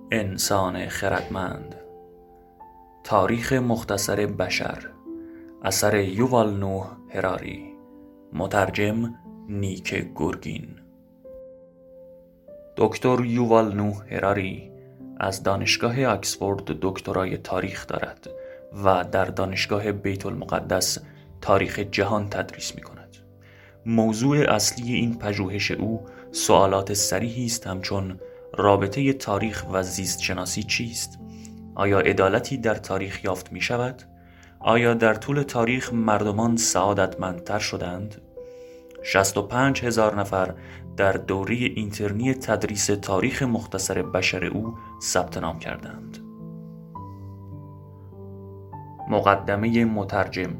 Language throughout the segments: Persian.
انسان خردمند. تاریخ مختصر بشر، اثر یووال نوح هراری، مترجم نیک گرگین. دکتر یووال نوح هراری از دانشگاه آکسفورد دکترای تاریخ دارد و در دانشگاه بیت المقدس تاریخ جهان تدریس می کند. موضوع اصلی این پژوهش او سوالات صریحی است همچون رابطه تاریخ و زیست شناسی چیست؟ آیا عدالتی در تاریخ یافت می شود؟ آیا در طول تاریخ مردمان سعادتمندتر شدند؟ 65,000 نفر در دوره اینترنی تدریس تاریخ مختصر بشر او ثبت نام کردند. مقدمه مترجم.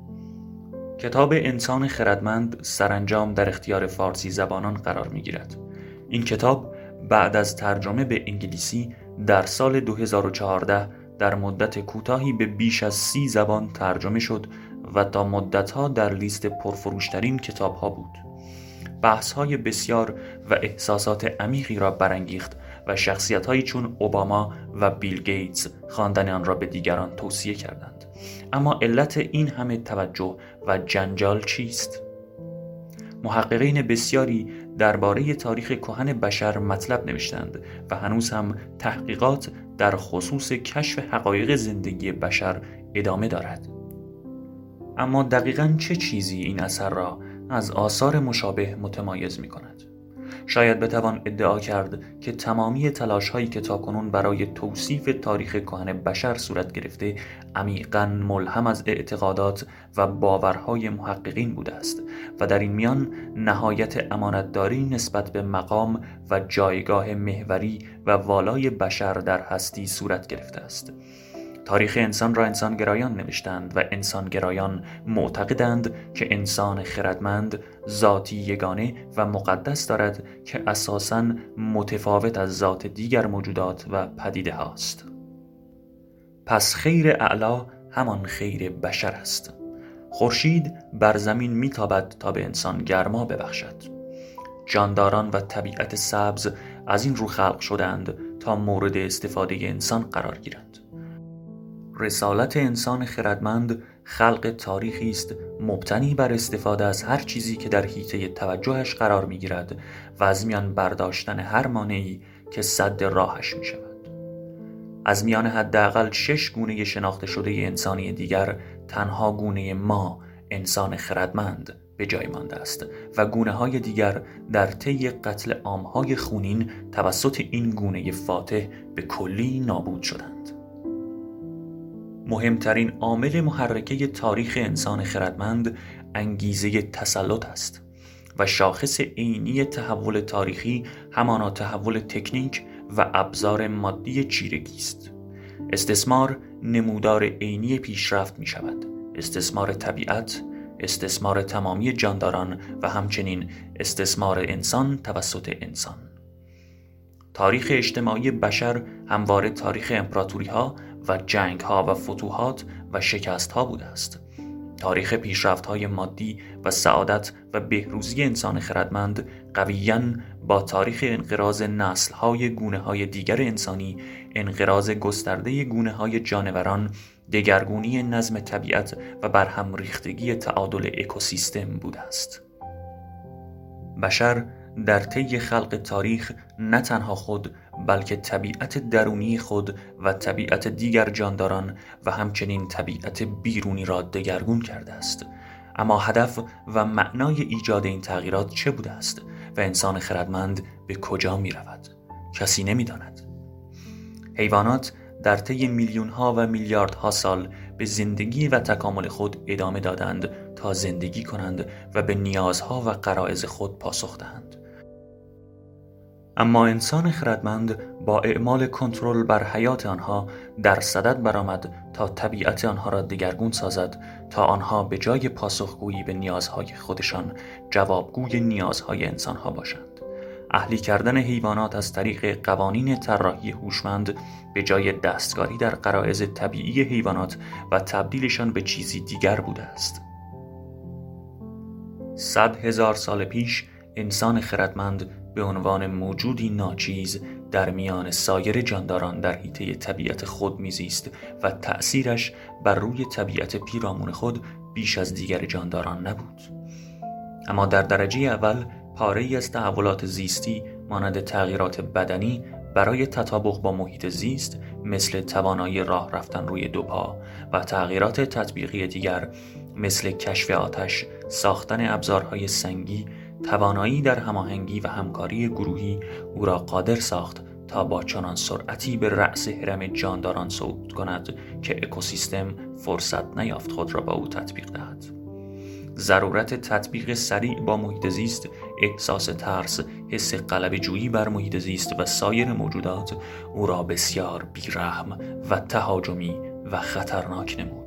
کتاب انسان خردمند سرانجام در اختیار فارسی زبانان قرار می گیرد. این کتاب بعد از ترجمه به انگلیسی در سال 2014 در مدت کوتاهی به بیش از 30 زبان ترجمه شد و تا مدتها در لیست پرفروشترین کتاب‌ها بود. بحث‌های بسیار و احساسات عمیقی را برانگیخت و شخصیت‌هایی چون اوباما و بیل گیتس خواندن آن را به دیگران توصیه کردند. اما علت این همه توجه و جنجال چیست؟ محققین بسیاری درباره تاریخ کهن بشر مطلب نوشتند و هنوز هم تحقیقات در خصوص کشف حقایق زندگی بشر ادامه دارد. اما دقیقاً چه چیزی این اثر را از آثار مشابه متمایز می کند؟ شاید بتوان ادعا کرد که تمامی تلاش‌هایی که تاکنون برای توصیف تاریخ کهن بشر صورت گرفته عمیقاً ملهم از اعتقادات و باورهای محققین بوده است و در این میان نهایت امانتداری نسبت به مقام و جایگاه محوری و والای بشر در هستی صورت گرفته است. تاریخ انسان را انسانگرایان نوشتند و انسانگرایان معتقدند که انسان خردمند ذاتی یگانه و مقدس دارد که اساساً متفاوت از ذات دیگر موجودات و پدیده هاست. پس خیر اعلی همان خیر بشر است. خورشید بر زمین میتابد تا به انسان گرما ببخشد. جانداران و طبیعت سبز از این رو خلق شدند تا مورد استفاده انسان قرار گیرند. رسالت انسان خردمند خلق تاریخی است مبتنی بر استفاده از هر چیزی که در حیطه توجهش قرار می‌گیرد و از میان برداشتن هر مانعی که سد راهش می‌شود. از میان حداقل 6 گونه شناخته شده انسانی دیگر تنها گونه ما انسان خردمند به جای مانده است و گونه‌های دیگر در طی قتل عام‌های خونین توسط این گونه فاتح به کلی نابود شدند. مهمترین عامل محرکه تاریخ انسان خردمند انگیزه تسلط است و شاخص عینی تحول تاریخی همانا تحول تکنیک و ابزار مادی چیرگی است. استثمار نمودار عینی پیشرفت می شود. استثمار طبیعت، استثمار تمامی جانداران و همچنین استثمار انسان توسط انسان. تاریخ اجتماعی بشر همواره تاریخ امپراتوری‌ها و جنگ‌ها و فتوحات و شکست‌ها بوده است. تاریخ پیشرفت‌های مادی و سعادت و بهروزی انسان خردمند قویاً با تاریخ انقراض نسل‌های گونه‌های دیگر انسانی، انقراض گسترده گونه‌های جانوران، دگرگونی نظم طبیعت و برهم ریختگی تعادل اکوسیستم بوده است. بشر در طی خلق تاریخ نه تنها خود بلکه طبیعت درونی خود و طبیعت دیگر جانداران و همچنین طبیعت بیرونی را دگرگون کرده است. اما هدف و معنای ایجاد این تغییرات چه بوده است و انسان خردمند به کجا می رود؟ کسی نمی داند. حیوانات در طی میلیون‌ها و میلیاردها سال به زندگی و تکامل خود ادامه دادند تا زندگی کنند و به نیازها و غرایز خود پاسخ دهند. اما انسان خردمند با اعمال کنترل بر حیات آنها در صدد برآمد تا طبیعت آنها را دگرگون سازد تا آنها به جای پاسخگویی به نیازهای خودشان جوابگوی نیازهای انسانها باشند. اهلی کردن حیوانات از طریق قوانین طراحی هوشمند به جای دستکاری در غرایز طبیعی حیوانات و تبدیلشان به چیزی دیگر بوده است. 100,000 سال پیش انسان خردمند به عنوان موجودی ناچیز در میان سایر جانداران در حیطه طبیعت خود میزیست و تأثیرش بر روی طبیعت پیرامون خود بیش از دیگر جانداران نبود. اما در درجه اول پاره‌ای از تحولات زیستی مانند تغییرات بدنی برای تطابق با محیط زیست مثل توانایی راه رفتن روی دو پا و تغییرات تطبیقی دیگر مثل کشف آتش، ساختن ابزارهای سنگی، توانایی در هماهنگی و همکاری گروهی او را قادر ساخت تا با چنان سرعتی به رأس هرم جانداران صعود کند که اکوسیستم فرصت نیافت خود را با او تطبیق دهد. ضرورت تطبیق سریع با محیط زیست، احساس ترس، حس غلبه جویی بر محیط زیست و سایر موجودات او را بسیار بیرحم و تهاجمی و خطرناک نمود.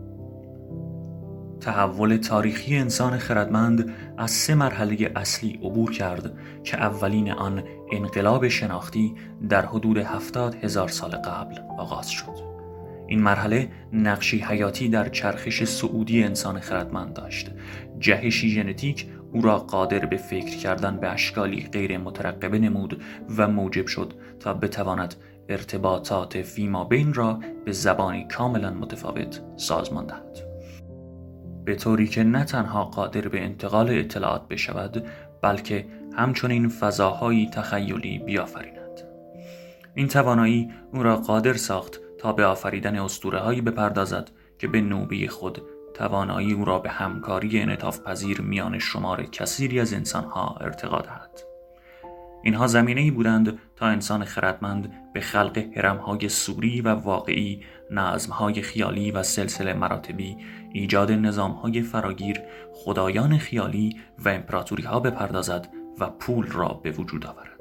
تحول تاریخی انسان خردمند از 3 مرحله اصلی عبور کرد که اولین آن انقلاب شناختی در حدود 70,000 سال قبل آغاز شد. این مرحله نقشی حیاتی در چرخش صعودی انسان خردمند داشت. جهشی ژنتیک او را قادر به فکر کردن به اشکالی غیر مترقبه نمود و موجب شد تا بتواند ارتباطات فیمابین را به زبانی کاملا متفاوت سازمان دهد، به طوری که نه تنها قادر به انتقال اطلاعات بشود بلکه همچنین فضاهایی تخیلی بیافریند. این توانایی او را قادر ساخت تا به آفریدن اسطوره‌هایی بپردازد که به نوبه خود توانایی او را به همکاری انعطاف پذیر میان شمار کثیری از انسانها ارتقا دهد. اینها زمینه‌ای بودند تا انسان خردمند به خلق هرم‌های صوری و واقعی، نظم‌های خیالی و سلسله مراتبی، ایجاد نظام‌های فراگیر، خدایان خیالی و امپراتوری‌ها بپردازد و پول را به وجود آورد.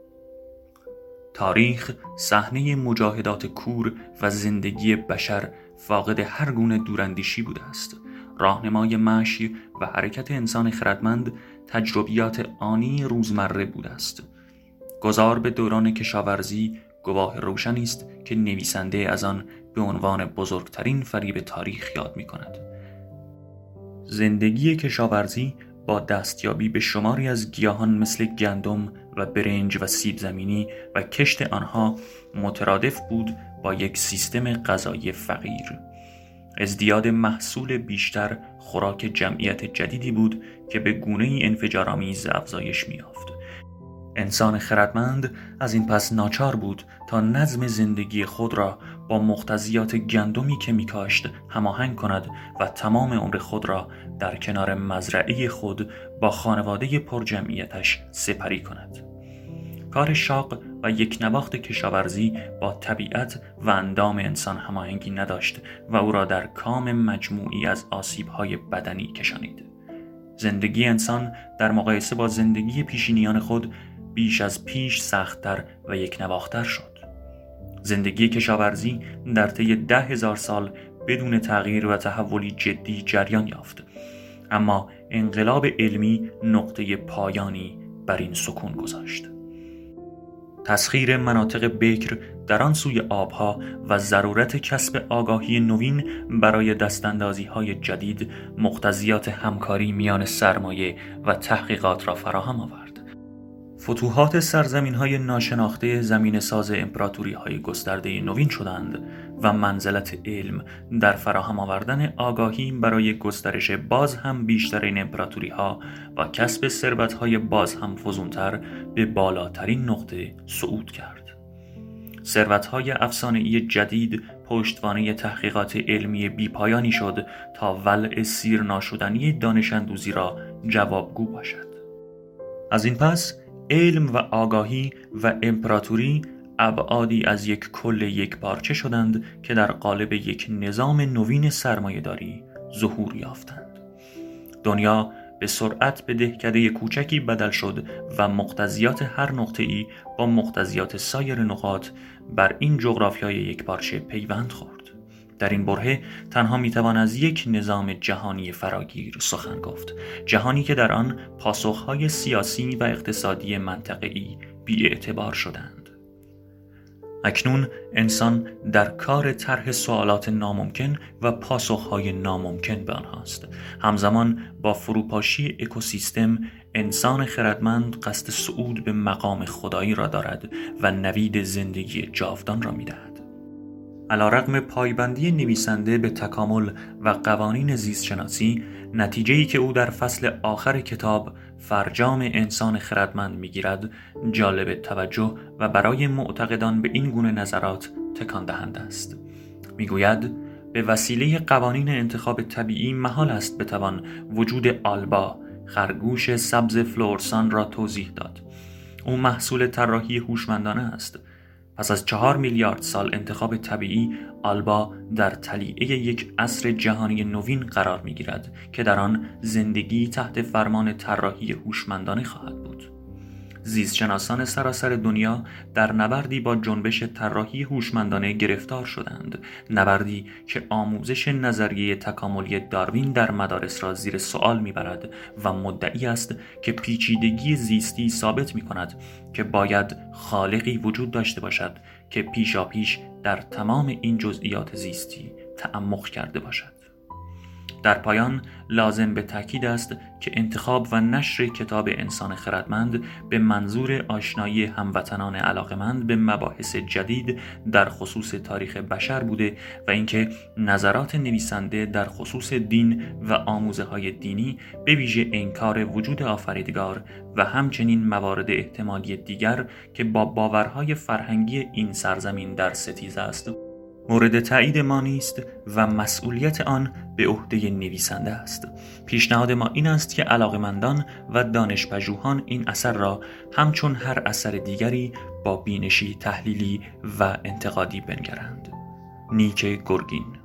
تاریخ صحنه مجاهدات کور و زندگی بشر فاقد هر گونه دوراندیشی بوده است. راهنمای مشی و حرکت انسان خردمند تجربیات آنی روزمره بوده است. گذار به دوران کشاورزی گواه روشنی است که نویسنده از آن به عنوان بزرگترین فریب تاریخ یاد می کند. زندگی کشاورزی با دستیابی به شماری از گیاهان مثل گندم و برنج و سیب زمینی و کشت آنها مترادف بود با یک سیستم غذایی فقیر. ازدیاد محصول بیشتر خوراک جمعیت جدیدی بود که به گونه‌ای انفجارآمیز افزایش می‌یافت. انسان خردمند از این پس ناچار بود تا نظم زندگی خود را با مقتضیات گندمی که می‌کاشت هماهنگ کند و تمام عمر خود را در کنار مزرعه خود با خانواده پرجمعیتش سپری کند. کار شاق و یک نواخت کشاورزی با طبیعت و اندام انسان هماهنگی نداشت و او را در کام مجموعی از آسیب‌های بدنی کشانید. زندگی انسان در مقایسه با زندگی پیشینیان خود بیش از پیش سخت‌تر و یک نواختر شد. زندگی کشاورزی در طی 10,000 سال بدون تغییر و تحولی جدی جریان یافت، اما انقلاب علمی نقطه پایانی بر این سکون گذاشت. تسخیر مناطق بکر در آن سوی آبها و ضرورت کسب آگاهی نوین برای دستاندازی‌های جدید مقتضیات همکاری میان سرمایه و تحقیقات را فراهم آورد. فتوحات سرزمین‌های ناشناخته زمینه‌ساز امپراتوری‌های گسترده نوین شدند و منزلت علم در فراهم آوردن آگاهی برای گسترش باز هم بیشتر این امپراتوری‌ها و کسب ثروت‌های باز هم فزونتر به بالاترین نقطه صعود کرد. ثروت‌های افسانه‌ای جدید پشتوانه تحقیقات علمی بی‌پایانی شد تا ولع سیر ناشدنی دانش اندوزی را جوابگو باشد. از این پس علم و آگاهی و امپراتوری ابعادی از یک کل یک پارچه شدند که در قالب یک نظام نوین سرمایه‌داری ظهور یافتند. دنیا به سرعت به دهکده کوچکی بدل شد و مقتضیات هر نقطه‌ای با مقتضیات سایر نقاط بر این جغرافیای یک پارچه پیوند خورد. در این برهه تنها میتوان از یک نظام جهانی فراگیر سخن گفت، جهانی که در آن پاسخهای سیاسی و اقتصادی منطقه‌ای بی‌اعتبار شدند. اکنون انسان در کار طرح سوالات ناممکن و پاسخهای ناممکن به آنهاست. همزمان با فروپاشی اکوسیستم، انسان خردمند قصد صعود به مقام خدایی را دارد و نوید زندگی جاودان را می‌دهد. علی‌رغم پایبندی نویسنده به تکامل و قوانین زیستشناسی، نتیجه‌ای که او در فصل آخر کتاب فرجام انسان خردمند می‌گیرد جالب توجه و برای معتقدان به این گونه نظرات تکان دهنده است. می‌گوید به وسیله قوانین انتخاب طبیعی محال است بتوان وجود آلبا، خرگوش سبز فلورسان را توضیح داد. او محصول طراحی هوشمندانه است. پس از 4 میلیارد سال انتخاب طبیعی، آلبا در طلیعه یک عصر جهانی نوین قرار می‌گیرد که در آن زندگی تحت فرمان طراحی هوشمندانه خواهد بود. زیستشناسان سراسر دنیا در نبردی با جنبش طراحی هوشمندانه گرفتار شدند، نبردی که آموزش نظریه تکاملی داروین در مدارس را زیر سوال میبرد و مدعی است که پیچیدگی زیستی ثابت می‌کند که باید خالقی وجود داشته باشد که پیشاپیش در تمام این جزئیات زیستی تعمق کرده باشد. در پایان لازم به تأکید است که انتخاب و نشر کتاب انسان خردمند به منظور آشنایی هموطنان علاقمند به مباحث جدید در خصوص تاریخ بشر بوده و اینکه نظرات نویسنده در خصوص دین و آموزه‌های دینی به ویژه انکار وجود آفریدگار و همچنین موارد احتمالی دیگر که با باورهای فرهنگی این سرزمین در ستیز است مورد تایید ما نیست و مسئولیت آن به عهده نویسنده است. پیشنهاد ما این است که علاقه‌مندان و دانش‌پژوهان این اثر را همچون هر اثر دیگری با بینشی تحلیلی و انتقادی بنگرند. نیک گرگین.